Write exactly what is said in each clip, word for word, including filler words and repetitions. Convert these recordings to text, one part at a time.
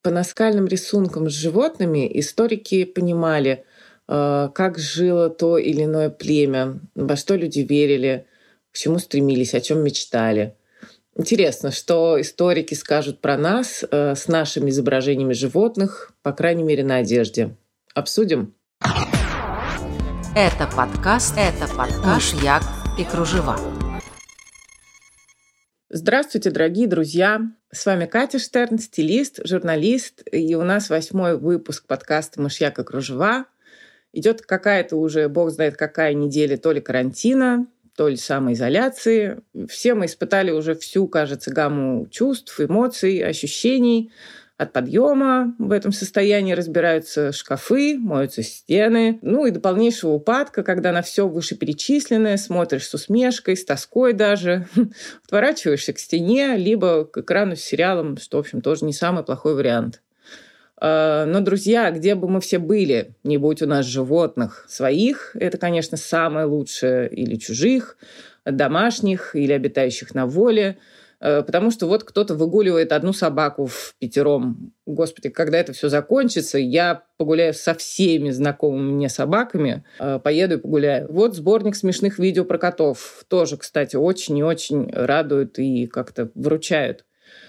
По наскальным рисункам с животными историки понимали, э, как жило то или иное племя, во что люди верили, к чему стремились, о чем мечтали. Интересно, что историки скажут про нас э, с нашими изображениями животных, по крайней мере, на одежде. Обсудим? Это подкаст, это подкаст «Мышьяк и кружева». Здравствуйте, дорогие друзья! С вами Катя Штерн, стилист, журналист, и у нас восьмой выпуск подкаста «Мышьяк и кружева». Идет какая-то уже, бог знает какая неделя, то ли карантина, то ли самоизоляции. Все мы испытали уже всю, кажется, гамму чувств, эмоций, ощущений. От подъема в этом состоянии разбираются шкафы, моются стены. Ну и до полнейшего упадка, когда на все вышеперечисленное смотришь с усмешкой, с тоской даже, отворачиваешься к стене, либо к экрану с сериалом, что, в общем, тоже не самый плохой вариант. Но, друзья, где бы мы все были, не будь у нас животных своих, это, конечно, самое лучшее, или чужих, домашних, или обитающих на воле, потому что вот кто-то выгуливает одну собаку в пятером. Господи, когда это все закончится, я погуляю со всеми знакомыми мне собаками, поеду и погуляю. Вот сборник смешных видео про котов. Тоже, кстати, очень и очень радуют и как-то выручают.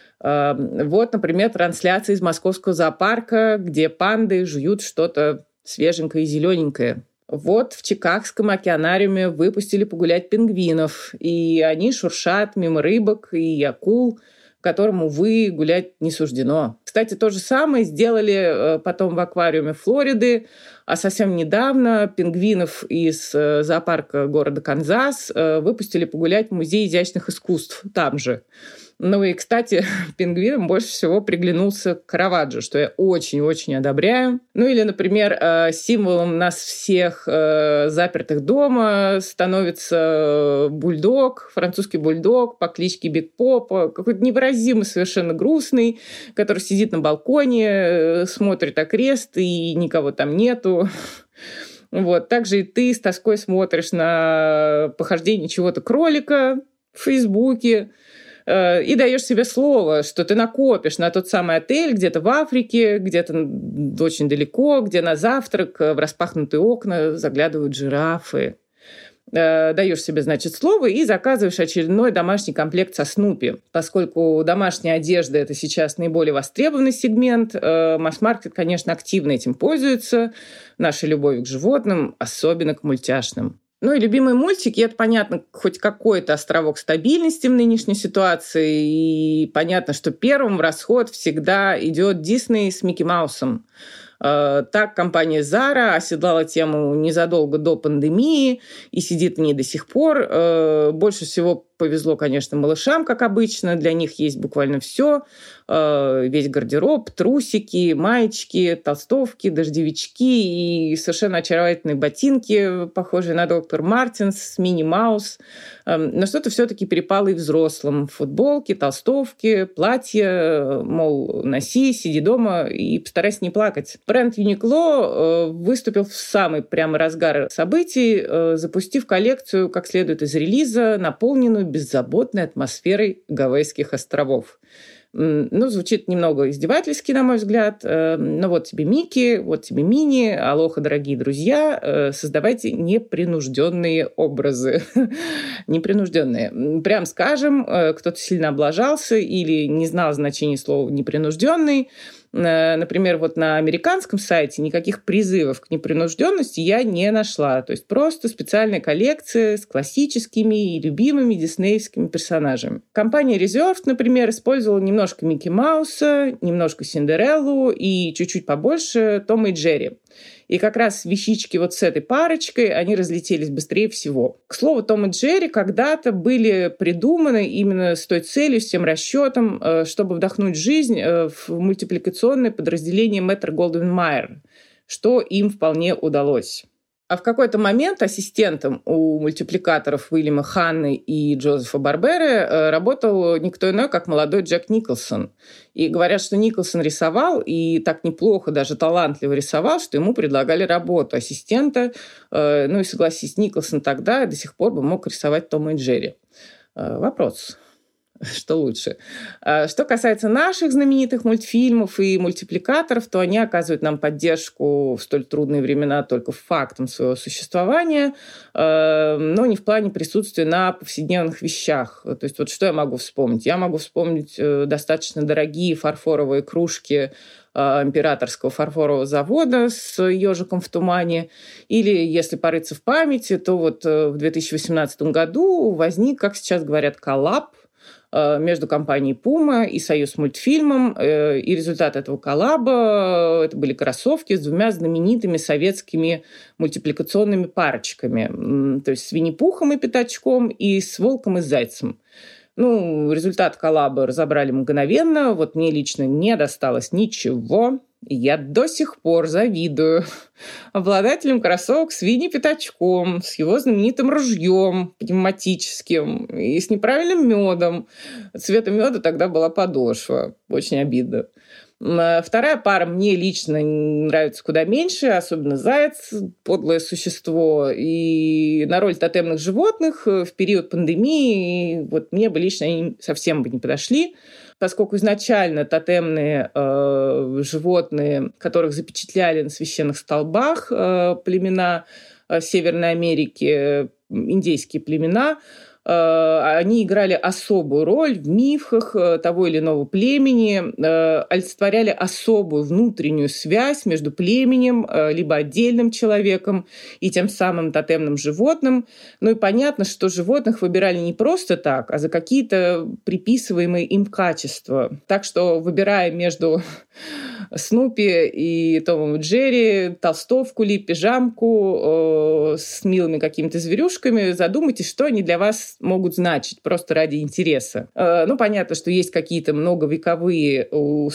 Вот, например, трансляция из московского зоопарка, где панды жуют что-то свеженькое и зелененькое. Вот в Чикагском океанариуме выпустили погулять пингвинов, и они шуршат мимо рыбок и акул, которым, увы, гулять не суждено. Кстати, то же самое сделали потом в аквариуме Флориды, а совсем недавно пингвинов из зоопарка города Канзас выпустили погулять в Музей изящных искусств там же. Ну и, кстати, пингвинам больше всего приглянулся Караваджо, что я очень-очень одобряю. Ну или, например, символом нас всех запертых дома становится бульдог, французский бульдог по кличке Биг Попа, какой-то невыразимо совершенно грустный, который сидит на балконе, смотрит окрест, и никого там нету. Вот. Также и ты с тоской смотришь на похождение чего-то кролика в Фейсбуке, и даешь себе слово, что ты накопишь на тот самый отель где-то в Африке, где-то очень далеко, где на завтрак в распахнутые окна заглядывают жирафы. Даешь себе, значит, слово и заказываешь очередной домашний комплект со Снупи. Поскольку домашняя одежда – это сейчас наиболее востребованный сегмент, масс-маркет, конечно, активно этим пользуется, нашей любовью к животным, особенно к мультяшным. Ну и любимые мультики, это, понятно, хоть какой-то островок стабильности в нынешней ситуации. И понятно, что первым в расход всегда идет Дисней с Микки Маусом. Так компания Zara оседлала тему незадолго до пандемии и сидит в ней до сих пор. Больше всего повезло, конечно, малышам, как обычно. Для них есть буквально все. Весь гардероб, трусики, маечки, толстовки, дождевички и совершенно очаровательные ботинки, похожие на доктор Мартинс с Мини Маус. Но что-то все-таки перепало и взрослым. Футболки, толстовки, платья, мол, носи, сиди дома и постарайся не плакать. Бренд Uniqlo выступил в самый прямо разгар событий, запустив коллекцию как следует из релиза, наполненную беззаботной атмосферой Гавайских островов. Ну, звучит немного издевательски, на мой взгляд. Но вот тебе Микки, вот тебе Мини. Алоха, дорогие друзья. Создавайте непринужденные образы. Непринужденные. Прям скажем, кто-то сильно облажался или не знал значения слова «непринужденный». Например, вот на американском сайте никаких призывов к непринужденности я не нашла. То есть просто специальная коллекция с классическими и любимыми диснеевскими персонажами. Компания Reserved, например, использовала немножко Микки Мауса, немножко Синдереллу и чуть-чуть побольше Тома и Джерри. И как раз вещички вот с этой парочкой, они разлетелись быстрее всего. К слову, Том и Джерри когда-то были придуманы именно с той целью, с тем расчетом, чтобы вдохнуть жизнь в мультипликационное подразделение Метро-Голдвин-Майер, что им вполне удалось. А в какой-то момент ассистентом у мультипликаторов Уильяма Ханны и Джозефа Барберы работал никто иной, как молодой Джек Николсон. И говорят, что Николсон рисовал, и так неплохо, даже талантливо рисовал, что ему предлагали работу ассистента. Ну и согласись, Николсон тогда до сих пор бы мог рисовать Тома и Джерри. Вопрос. что лучше. Что касается наших знаменитых мультфильмов и мультипликаторов, то они оказывают нам поддержку в столь трудные времена только фактом своего существования, но не в плане присутствия на повседневных вещах. То есть вот что я могу вспомнить? Я могу вспомнить достаточно дорогие фарфоровые кружки императорского фарфорового завода с ежиком в тумане. Или, если порыться в памяти, то вот в две тысячи восемнадцатом году возник, как сейчас говорят, коллаб между компанией Puma и Союзмультфильмом. И результат этого коллаба – это были кроссовки с двумя знаменитыми советскими мультипликационными парочками. То есть с Винни-Пухом и Пятачком и с Волком и Зайцем. Ну, результат коллаба разобрали мгновенно. Вот мне лично не досталось ничего. Я до сих пор завидую обладателям кроссовок с Винни Пятачком, с его знаменитым ружьем пневматическим и с неправильным медом. Цвета меда тогда была подошва. Очень обидно. Вторая пара мне лично нравится куда меньше, особенно заяц, подлое существо. И на роль тотемных животных в период пандемии вот мне бы лично они совсем бы не подошли, поскольку изначально тотемные э, животные, которых запечатляли на священных столбах э, племена э, Северной Америки, индейские племена, они играли особую роль в мифах того или иного племени, олицетворяли особую внутреннюю связь между племенем, либо отдельным человеком и тем самым тотемным животным. Ну и понятно, что животных выбирали не просто так, а за какие-то приписываемые им качества. Так что, выбирая между Снупи и Томом и Джерри, толстовку ли, пижамку э, с милыми какими-то зверюшками, задумайтесь, что они для вас могут значить, просто ради интереса. Э, ну, понятно, что есть какие-то многовековые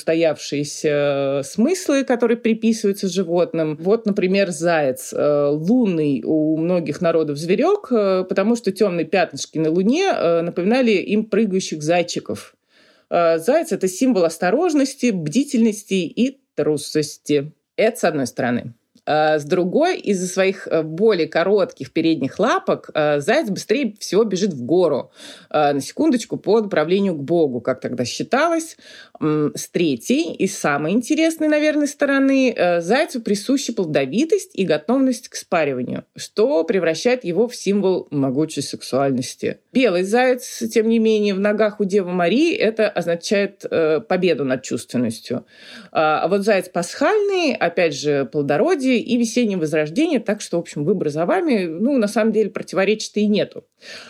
устоявшиеся смыслы, которые приписываются животным. Вот, например, заяц. Э, лунный у многих народов зверек, э, потому что темные пятнышки на луне э, напоминали им прыгающих зайчиков. Заяц – это символ осторожности, бдительности и трусости. Это с одной стороны. С другой, из-за своих более коротких передних лапок заяц быстрее всего бежит в гору. На секундочку, по направлению к Богу, как тогда считалось. С третьей и самой интересной, наверное, стороны, зайцу присуща плодовитость и готовность к спариванию, что превращает его в символ могучей сексуальности. Белый заяц, тем не менее, в ногах у Девы Марии это означает победу над чувственностью. А вот заяц пасхальный, опять же, плодородие и весеннее возрождение, так что, в общем, выбор за вами, ну, на самом деле, противоречий-то и нету.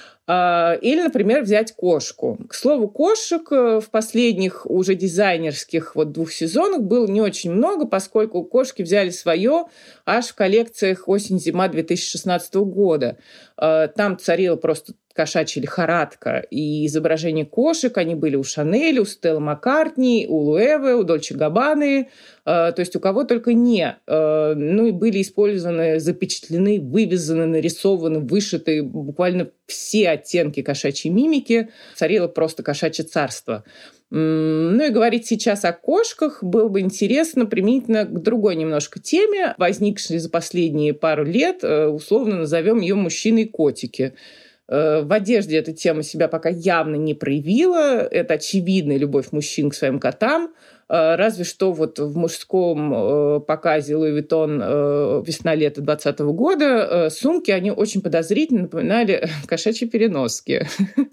Или, например, взять кошку. К слову, кошек в последних уже дизайнерских вот двух сезонах было не очень много, поскольку кошки взяли свое аж в коллекциях осень-зима две тысячи шестнадцатого года. Там царила просто кошачья лихорадка. И изображения кошек, они были у Шанель, у Стеллы Маккартни, у Луэвы, у Дольче Габбаны, то есть у кого только не. Ну и были использованы, запечатлены, вывезаны, нарисованы, вышиты буквально все оттенки кошачьей мимики. Царило просто кошачье царство. Ну и говорить сейчас о кошках было бы интересно применительно к другой немножко теме, возникшей за последние пару лет, условно назовем ее «мужчины и котики». В одежде эта тема себя пока явно не проявила. Это очевидная любовь мужчин к своим котам. Разве что вот в мужском показе Louis Vuitton весна-лето двадцатого года сумки, они очень подозрительно напоминали кошачьи переноски.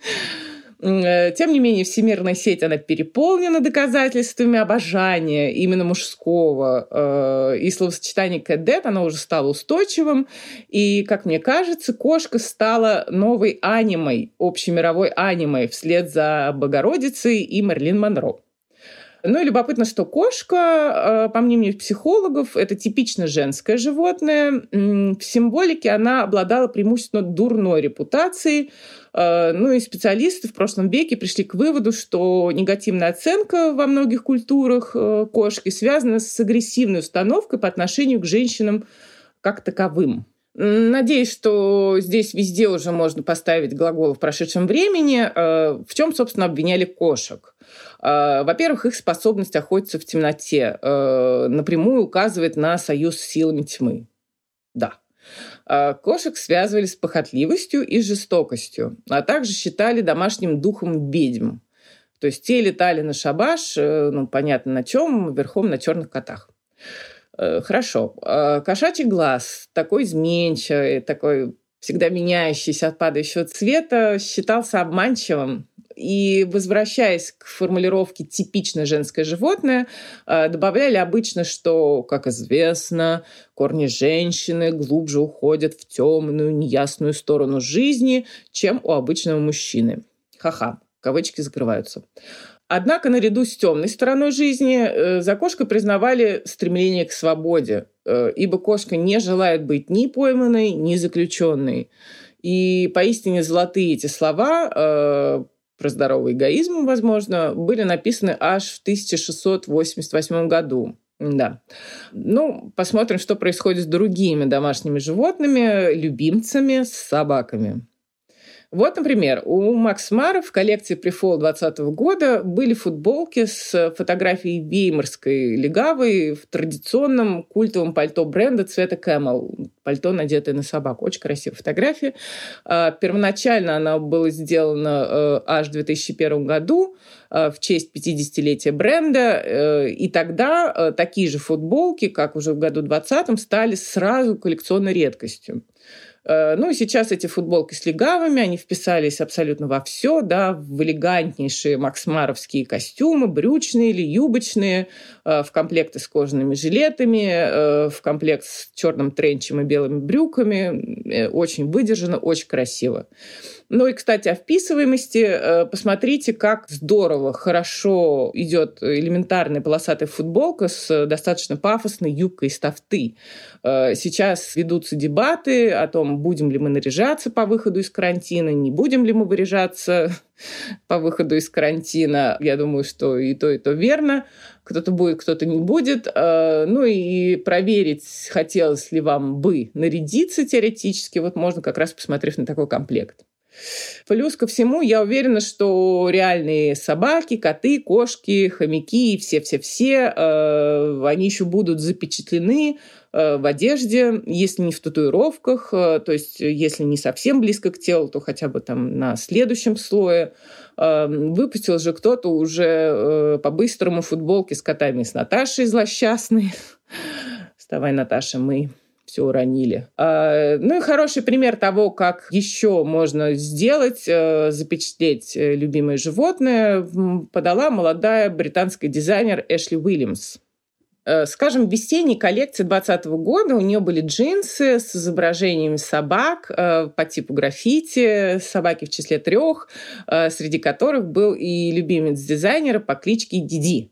Тем не менее, всемирная сеть, она переполнена доказательствами обожания именно мужского. И словосочетание «cat dad», оно уже стало устойчивым. И, как мне кажется, кошка стала новой анимой, общемировой анимой, вслед за Богородицей и Мэрилин Монро. Ну и любопытно, что кошка, по мнению психологов, это типично женское животное. В символике она обладала преимущественно дурной репутацией. Ну и специалисты в прошлом веке пришли к выводу, что негативная оценка во многих культурах кошки связана с агрессивной установкой по отношению к женщинам как таковым. Надеюсь, что здесь везде уже можно поставить глаголы в прошедшем времени. В чем, собственно, обвиняли кошек? Во-первых, их способность охотиться в темноте напрямую указывает на союз с силами тьмы. Да. Кошек связывали с похотливостью и жестокостью, а также считали домашним духом ведьм. То есть те летали на шабаш, ну, понятно, на чем, верхом на черных котах. Хорошо. Кошачий глаз, такой изменчивый, такой всегда меняющийся от падающего цвета, считался обманчивым. И, возвращаясь к формулировке «типичное женское животное», добавляли обычно, что, как известно, корни женщины глубже уходят в темную, неясную сторону жизни, чем у обычного мужчины. Ха-ха, кавычки закрываются. Однако наряду с темной стороной жизни за кошкой признавали стремление к свободе, ибо кошка не желает быть ни пойманной, ни заключенной. И поистине золотые эти слова э, про здоровый эгоизм, возможно, были написаны аж в тысяча шестьсот восемьдесят восьмом году. Да. Ну, посмотрим, что происходит с другими домашними животными, любимцами, с собаками. Вот, например, у Макс Мара в коллекции Префол двадцатого года были футболки с фотографией веймарской легавой в традиционном культовом пальто бренда цвета Camel. Пальто, надетое на собаку. Очень красивая фотография. Первоначально она была сделана аж в две тысячи первом году в честь пятидесятилетия бренда. И тогда такие же футболки, как уже в году двадцатом, стали сразу коллекционной редкостью. Ну и сейчас эти футболки с легавыми, они вписались абсолютно во все, да, в элегантнейшие максмаровские костюмы, брючные или юбочные, в комплекты с кожаными жилетами, в комплект с черным тренчем и белыми брюками. Очень выдержано, очень красиво. Ну и, кстати, о вписываемости. Посмотрите, как здорово, хорошо идет элементарная полосатая футболка с достаточно пафосной юбкой из тафты. Сейчас ведутся дебаты о том, будем ли мы наряжаться по выходу из карантина, не будем ли мы выряжаться по выходу из карантина. Я думаю, что и то, и то верно. Кто-то будет, кто-то не будет. Ну и проверить, хотелось ли вам бы нарядиться теоретически, вот можно как раз посмотрев на такой комплект. Плюс ко всему, я уверена, что реальные собаки, коты, кошки, хомяки и все-все-все, э, они еще будут запечатлены э, в одежде, если не в татуировках, э, то есть если не совсем близко к телу, то хотя бы там на следующем слое. Э, выпустил же кто-то уже э, по-быстрому футболки с котами, с Наташей злосчастной. Вставай, Наташа, мы... все уронили. Ну и хороший пример того, как еще можно сделать, запечатлеть любимое животное, подала молодая британская дизайнер Эшли Уильямс. Скажем, в весенней коллекции двадцатого года у нее были джинсы с изображениями собак по типу граффити, собаки в числе трех, среди которых был и любимец дизайнера по кличке Диди,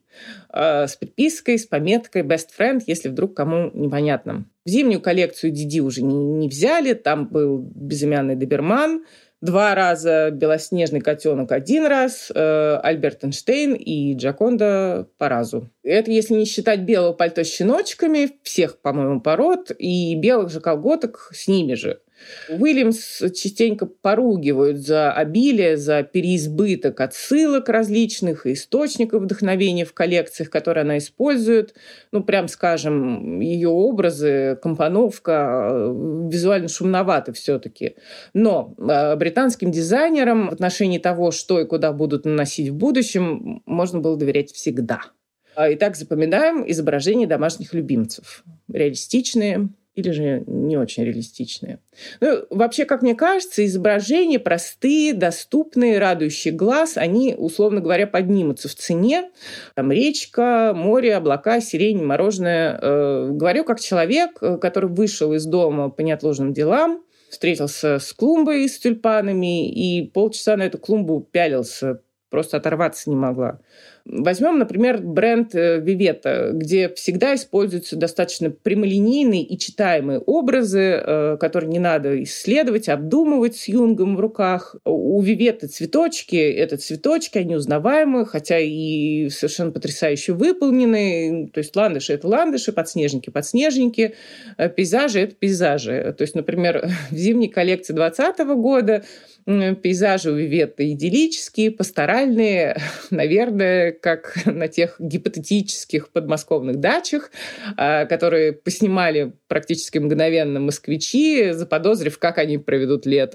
с припиской, с пометкой «Best Friend», если вдруг кому непонятно. В зимнюю коллекцию Диди уже не, не взяли, там был безымянный доберман, два раза белоснежный котенок один раз, э, Альберт Эйнштейн и Джаконда по разу. Это если не считать белого пальто с щеночками, всех, по-моему, пород, и белых же колготок с ними же. Уильямс частенько поругивают за обилие, за переизбыток отсылок различных и источников вдохновения в коллекциях, которые она использует. Ну, прям скажем, ее образы, компоновка визуально шумноваты все-таки. Но британским дизайнерам в отношении того, что и куда будут наносить в будущем, можно было доверять всегда. Итак, запоминаем изображения домашних любимцев. Реалистичные или же не очень реалистичные. Ну, вообще, как мне кажется, изображения простые, доступные, радующие глаз, они, условно говоря, поднимутся в цене. Там речка, море, облака, сирень, мороженое. Э, говорю как человек, который вышел из дома по неотложным делам, встретился с клумбой с тюльпанами и полчаса на эту клумбу пялился, просто оторваться не могла. Возьмем, например, бренд Vivetta, где всегда используются достаточно прямолинейные и читаемые образы, которые не надо исследовать, обдумывать с Юнгом в руках. У Vivetta цветочки, это цветочки, они узнаваемые, хотя и совершенно потрясающе выполнены. То есть ландыши – это ландыши, подснежники – подснежники, пейзажи – это пейзажи. То есть, например, в зимней коллекции двадцатого года пейзажи у Vivetta идиллические, пасторальные, наверное, как на тех гипотетических подмосковных дачах, которые поснимали практически мгновенно москвичи, заподозрив, как они проведут лето.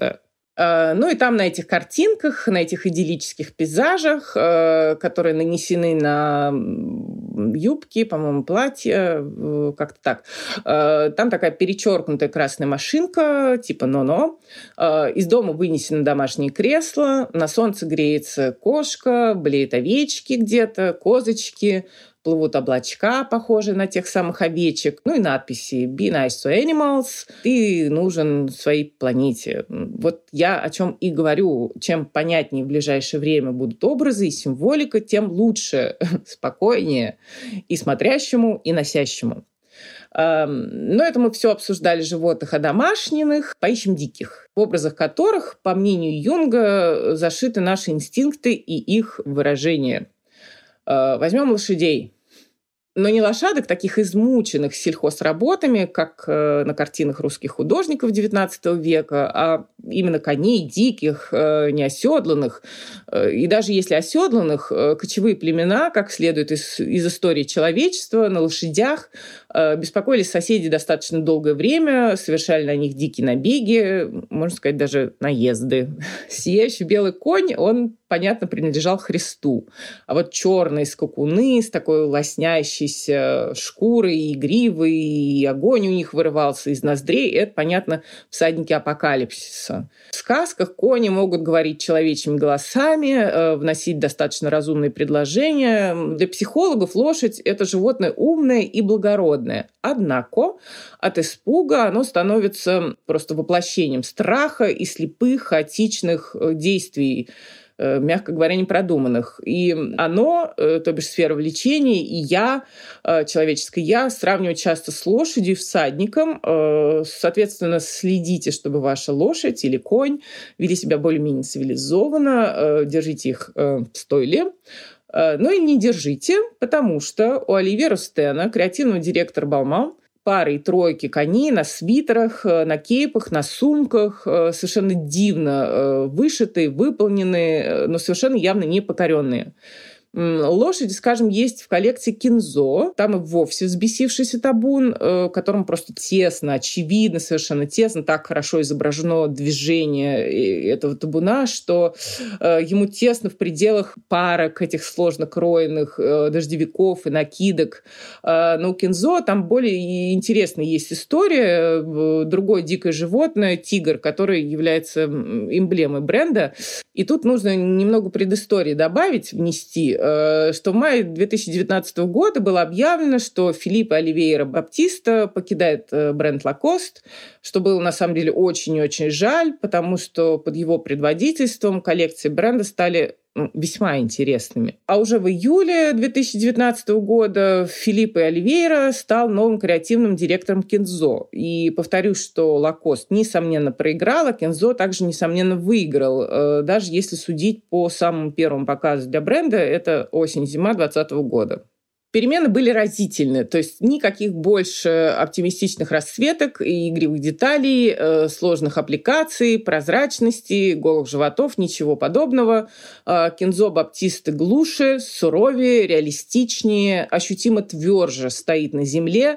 Ну и там на этих картинках, на этих идиллических пейзажах, которые нанесены на юбки, по-моему, платья, как-то так. Там такая перечеркнутая красная машинка, типа «но-но». Из дома вынесено домашнее кресло, на солнце греется кошка, блеют овечки где-то, козочки, плывут облачка, похожие на тех самых овечек. Ну и надписи «Be nice to animals», «Ты нужен своей планете». Вот я о чем и говорю. Чем понятнее в ближайшее время будут образы и символика, тем лучше, спокойнее и смотрящему, и носящему. Но это мы все обсуждали животных одомашненных, поищем диких, в образах которых, по мнению Юнга, зашиты наши инстинкты и их выражения. Возьмем лошадей. Но не лошадок, таких измученных сельхозработами, как на картинах русских художников девятнадцатого века, а именно коней диких, неоседланных. И даже если оседланных, кочевые племена, как следует из, из истории человечества, на лошадях беспокоились соседи достаточно долгое время, совершали на них дикие набеги, можно сказать, даже наезды. Сияющий белый конь, он, понятно, принадлежал Христу. А вот черные скакуны с такой лоснящейся шкурой и гривой, и огонь у них вырывался из ноздрей, это, понятно, всадники апокалипсиса. В сказках кони могут говорить человечьими голосами, вносить достаточно разумные предложения. Для психологов лошадь – это животное умное и благородное. Однако от испуга оно становится просто воплощением страха и слепых, хаотичных действий, мягко говоря, непродуманных. И оно, то бишь сфера влечения, и я, человеческое я, сравниваю часто с лошадью и всадником. Соответственно, следите, чтобы ваша лошадь или конь вели себя более-менее цивилизованно, держите их в стойле. Но и не держите, потому что у Оливье Ростена, креативного директора Балман, пары и тройки коней на свитерах, на кейпах, на сумках, совершенно дивно вышитые, выполненные, но совершенно явно не покоренные. Лошади, скажем, есть в коллекции Кинзо. Там и вовсе взбесившийся табун, которому просто тесно, очевидно, совершенно тесно, так хорошо изображено движение этого табуна, что ему тесно в пределах парок этих сложно кроенных дождевиков и накидок. Но у Кинзо там более интересная есть история. Другое дикое животное, тигр, который является эмблемой бренда. И тут нужно немного предыстории добавить, внести, что в мае две тысячи девятнадцатого года было объявлено, что Филиппе Оливейра Баптиста покидает бренд Lacoste, что было на самом деле очень и очень жаль, потому что под его предводительством коллекции бренда стали весьма интересными. А уже в июле две тысячи девятнадцатого года Филиппе Оливейра стал новым креативным директором Кинзо. И повторюсь, что Lacoste, несомненно, проиграл, а Кинзо также, несомненно, выиграл. Даже если судить по самому первому показу для бренда, это осень-зима двадцатого года. Перемены были разительны, то есть никаких больше оптимистичных расцветок и игривых деталей, э, сложных аппликаций, прозрачности, голых животов, ничего подобного. Э, Кинзо Баптисты глуше, суровее, реалистичнее, ощутимо тверже стоит на земле,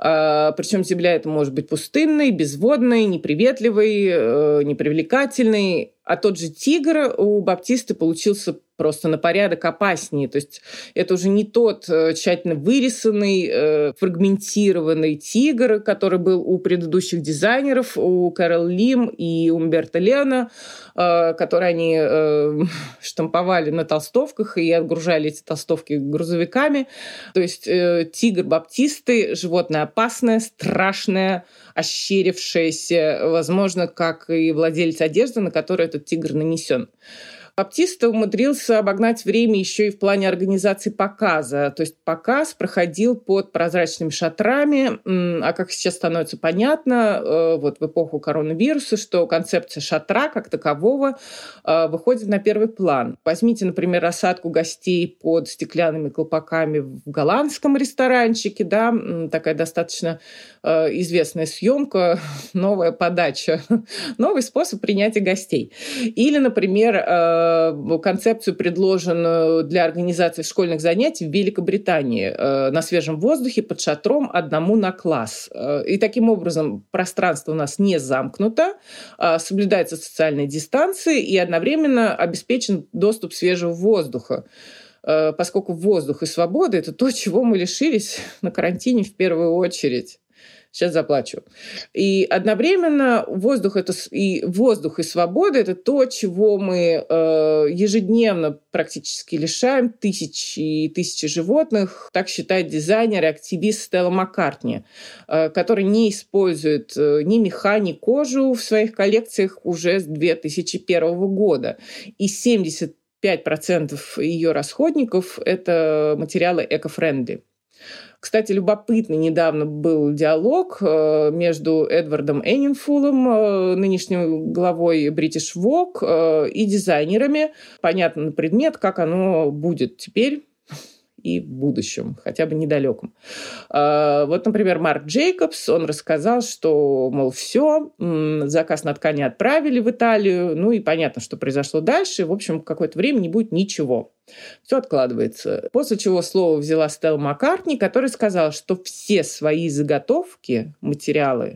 э, причем земля эта может быть пустынной, безводной, неприветливой, э, непривлекательной. А тот же тигр у Баптисты получился просто на порядок опаснее. То есть это уже не тот тщательно вырисованный, фрагментированный тигр, который был у предыдущих дизайнеров, у Кэрол Лим и Умберто Лено, которые они штамповали на толстовках и отгружали эти толстовки грузовиками. То есть тигр Баптисты – животное опасное, страшное, ощерившееся, возможно, как и владелец одежды, на которую этот тигр нанесен. Баптиста умудрился обогнать время еще и в плане организации показа. То есть показ проходил под прозрачными шатрами, а как сейчас становится понятно, вот в эпоху коронавируса, что концепция шатра как такового выходит на первый план. Возьмите, например, рассадку гостей под стеклянными колпаками в голландском ресторанчике, да, такая достаточно известная съемка, новая подача, новый способ принятия гостей. Или, например, концепцию, предложенную для организации школьных занятий в Великобритании на свежем воздухе под шатром одному на класс. И таким образом пространство у нас не замкнуто, соблюдается социальная дистанция и одновременно обеспечен доступ свежего воздуха, поскольку воздух и свобода – это то, чего мы лишились на карантине в первую очередь. Сейчас заплачу. И одновременно воздух, это, и воздух и свобода – это то, чего мы э, ежедневно практически лишаем тысячи и тысячи животных. Так считает дизайнер и активист Стелла Маккартни, э, который не использует э, ни меха, ни кожу в своих коллекциях уже с две тысячи первого года. И семьдесят пять процентов ее расходников – это материалы эко-френдли. Кстати, любопытный недавно был диалог между Эдвардом Эннинфулом, нынешним главой British Vogue, и дизайнерами. Понятно на предмет, как оно будет теперь и в будущем, хотя бы недалеком. Вот, например, Марк Джейкобс, он рассказал, что, мол, все, заказ на ткани отправили в Италию, ну и понятно, что произошло дальше, в общем, какое-то время не будет ничего. Все откладывается. После чего слово взяла Стелла Маккартни, которая сказала, что все свои заготовки, материалы,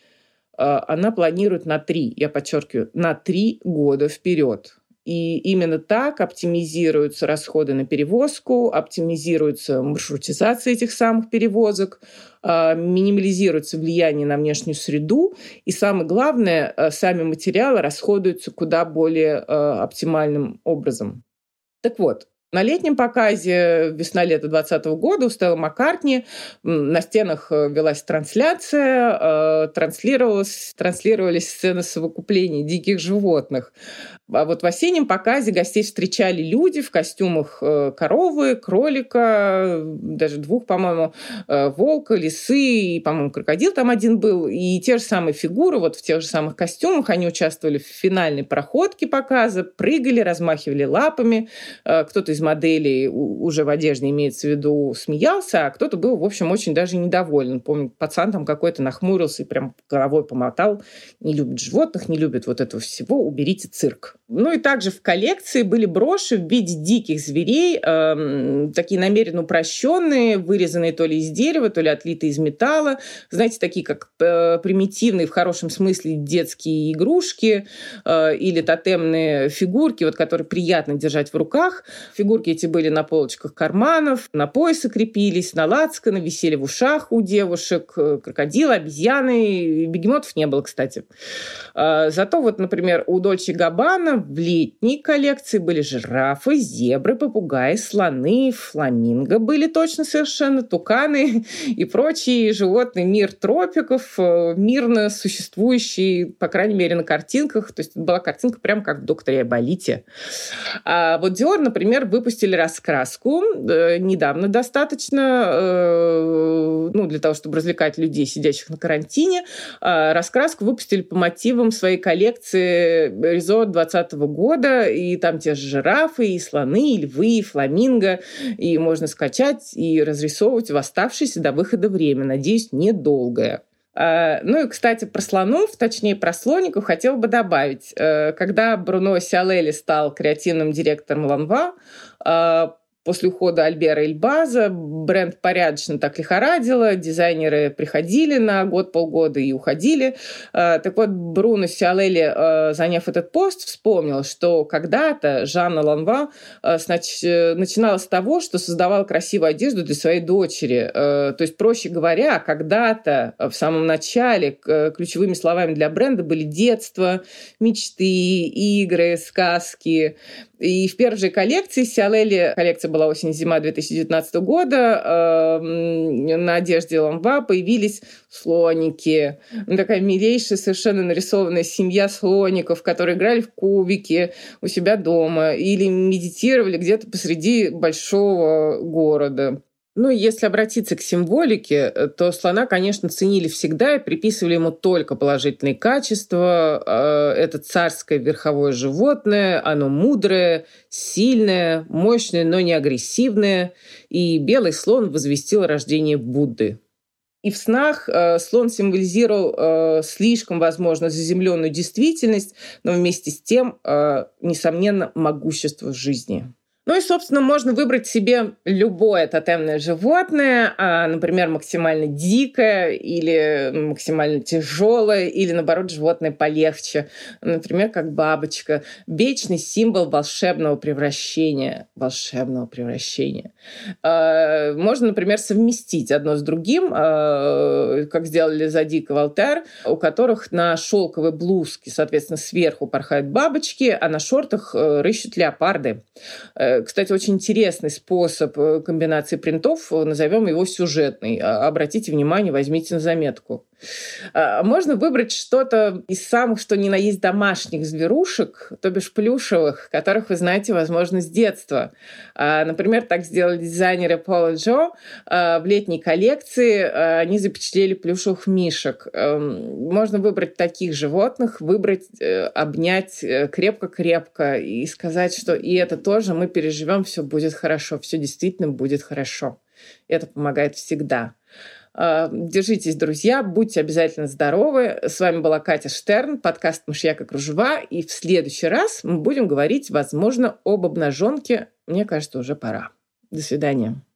она планирует на три, я подчеркиваю, на три года вперед. И именно так оптимизируются расходы на перевозку, оптимизируется маршрутизация этих самых перевозок, минимализируется влияние на внешнюю среду, и самое главное, сами материалы расходуются куда более оптимальным образом. Так вот, на летнем показе весна-лето двадцатого года у Стеллы Маккартни на стенах велась трансляция, транслировалась, транслировались сцены совокупления диких животных. А вот в осеннем показе гостей встречали люди в костюмах коровы, кролика, даже двух, по-моему, волка, лисы и, по-моему, крокодил там один был. И те же самые фигуры вот в тех же самых костюмах, они участвовали в финальной проходке показа, прыгали, размахивали лапами. Кто-то из моделей уже в одежде, имеется в виду, смеялся, а кто-то был, в общем, очень даже недоволен. Помню, пацан там какой-то нахмурился и прям головой помотал. Не любит животных, не любит вот этого всего, уберите цирк. Ну и также в коллекции были броши в виде диких зверей, э, такие намеренно упрощенные, вырезанные то ли из дерева, то ли отлитые из металла. Знаете, такие как э, примитивные в хорошем смысле детские игрушки э, или тотемные фигурки, вот, которые приятно держать в руках. Фигурки эти были на полочках карманов, на поясы крепились, на лацканы, висели в ушах у девушек, крокодилы, обезьяны, бегемотов не было, кстати. Э, зато вот, например, у Дольче Габбана в летней коллекции были жирафы, зебры, попугаи, слоны, фламинго были точно совершенно, туканы и прочие животные. Мир тропиков, мирно существующий, по крайней мере, на картинках. То есть это была картинка прямо как в «Докторе Айболите». А вот Dior, например, выпустили раскраску э, недавно достаточно, э, ну, для того, чтобы развлекать людей, сидящих на карантине. Э, раскраску выпустили по мотивам своей коллекции Resort двадцатого года, и там те же жирафы, и слоны, и львы, и фламинго, и можно скачать и разрисовывать в оставшееся до выхода время. Надеюсь, недолгое. Ну и, кстати, про слонов, точнее, про слоников хотела бы добавить. Когда Бруно Сиалели стал креативным директором Ланва, после ухода Альбера Эльбаза бренд порядочно так лихорадило, дизайнеры приходили на год-полгода и уходили. Так вот, Бруно Сиалели, заняв этот пост, вспомнил, что когда-то Жанна Ланва начинала с того, что создавала красивую одежду для своей дочери. То есть, проще говоря, когда-то в самом начале ключевыми словами для бренда были детство, мечты, игры, сказки. И в первой же коллекции Сиалели, коллекция была осень-зима две тысячи девятнадцатого года, э, на одежде Ланва появились слоники. Такая милейшая, совершенно нарисованная семья слоников, которые играли в кубики у себя дома или медитировали где-то посреди большого города. Ну, если обратиться к символике, то слона, конечно, ценили всегда и приписывали ему только положительные качества. Это царское верховое животное, оно мудрое, сильное, мощное, но не агрессивное. И белый слон возвестил рождение Будды. И в снах э, слон символизировал э, слишком, возможно, заземленную действительность, но вместе с тем, э, несомненно, могущество жизни. Ну и, собственно, можно выбрать себе любое тотемное животное, например, максимально дикое или максимально тяжелое, или, наоборот, животное полегче, например, как бабочка. Вечный символ волшебного превращения. Волшебного превращения. Можно, например, совместить одно с другим, как сделали Задик и Волтер, у которых на шелковой блузке, соответственно, сверху порхают бабочки, а на шортах рыщут леопарды. Кстати, очень интересный способ комбинации принтов, назовем его сюжетный. Обратите внимание, возьмите на заметку. Можно выбрать что-то из самых, что ни на есть, домашних зверушек, то бишь плюшевых, которых вы знаете, возможно, с детства. Например, так сделали дизайнеры Пол и Джо. В летней коллекции они запечатлели плюшевых мишек. Можно выбрать таких животных, выбрать, обнять крепко-крепко и сказать, что и это тоже мы переживем, все будет хорошо, все действительно будет хорошо. Это помогает всегда. Держитесь, друзья, будьте обязательно здоровы. С вами была Катя Штерн, подкаст «Мышьяк и кружева». И в следующий раз мы будем говорить, возможно, об обнаженке. Мне кажется, уже пора. До свидания.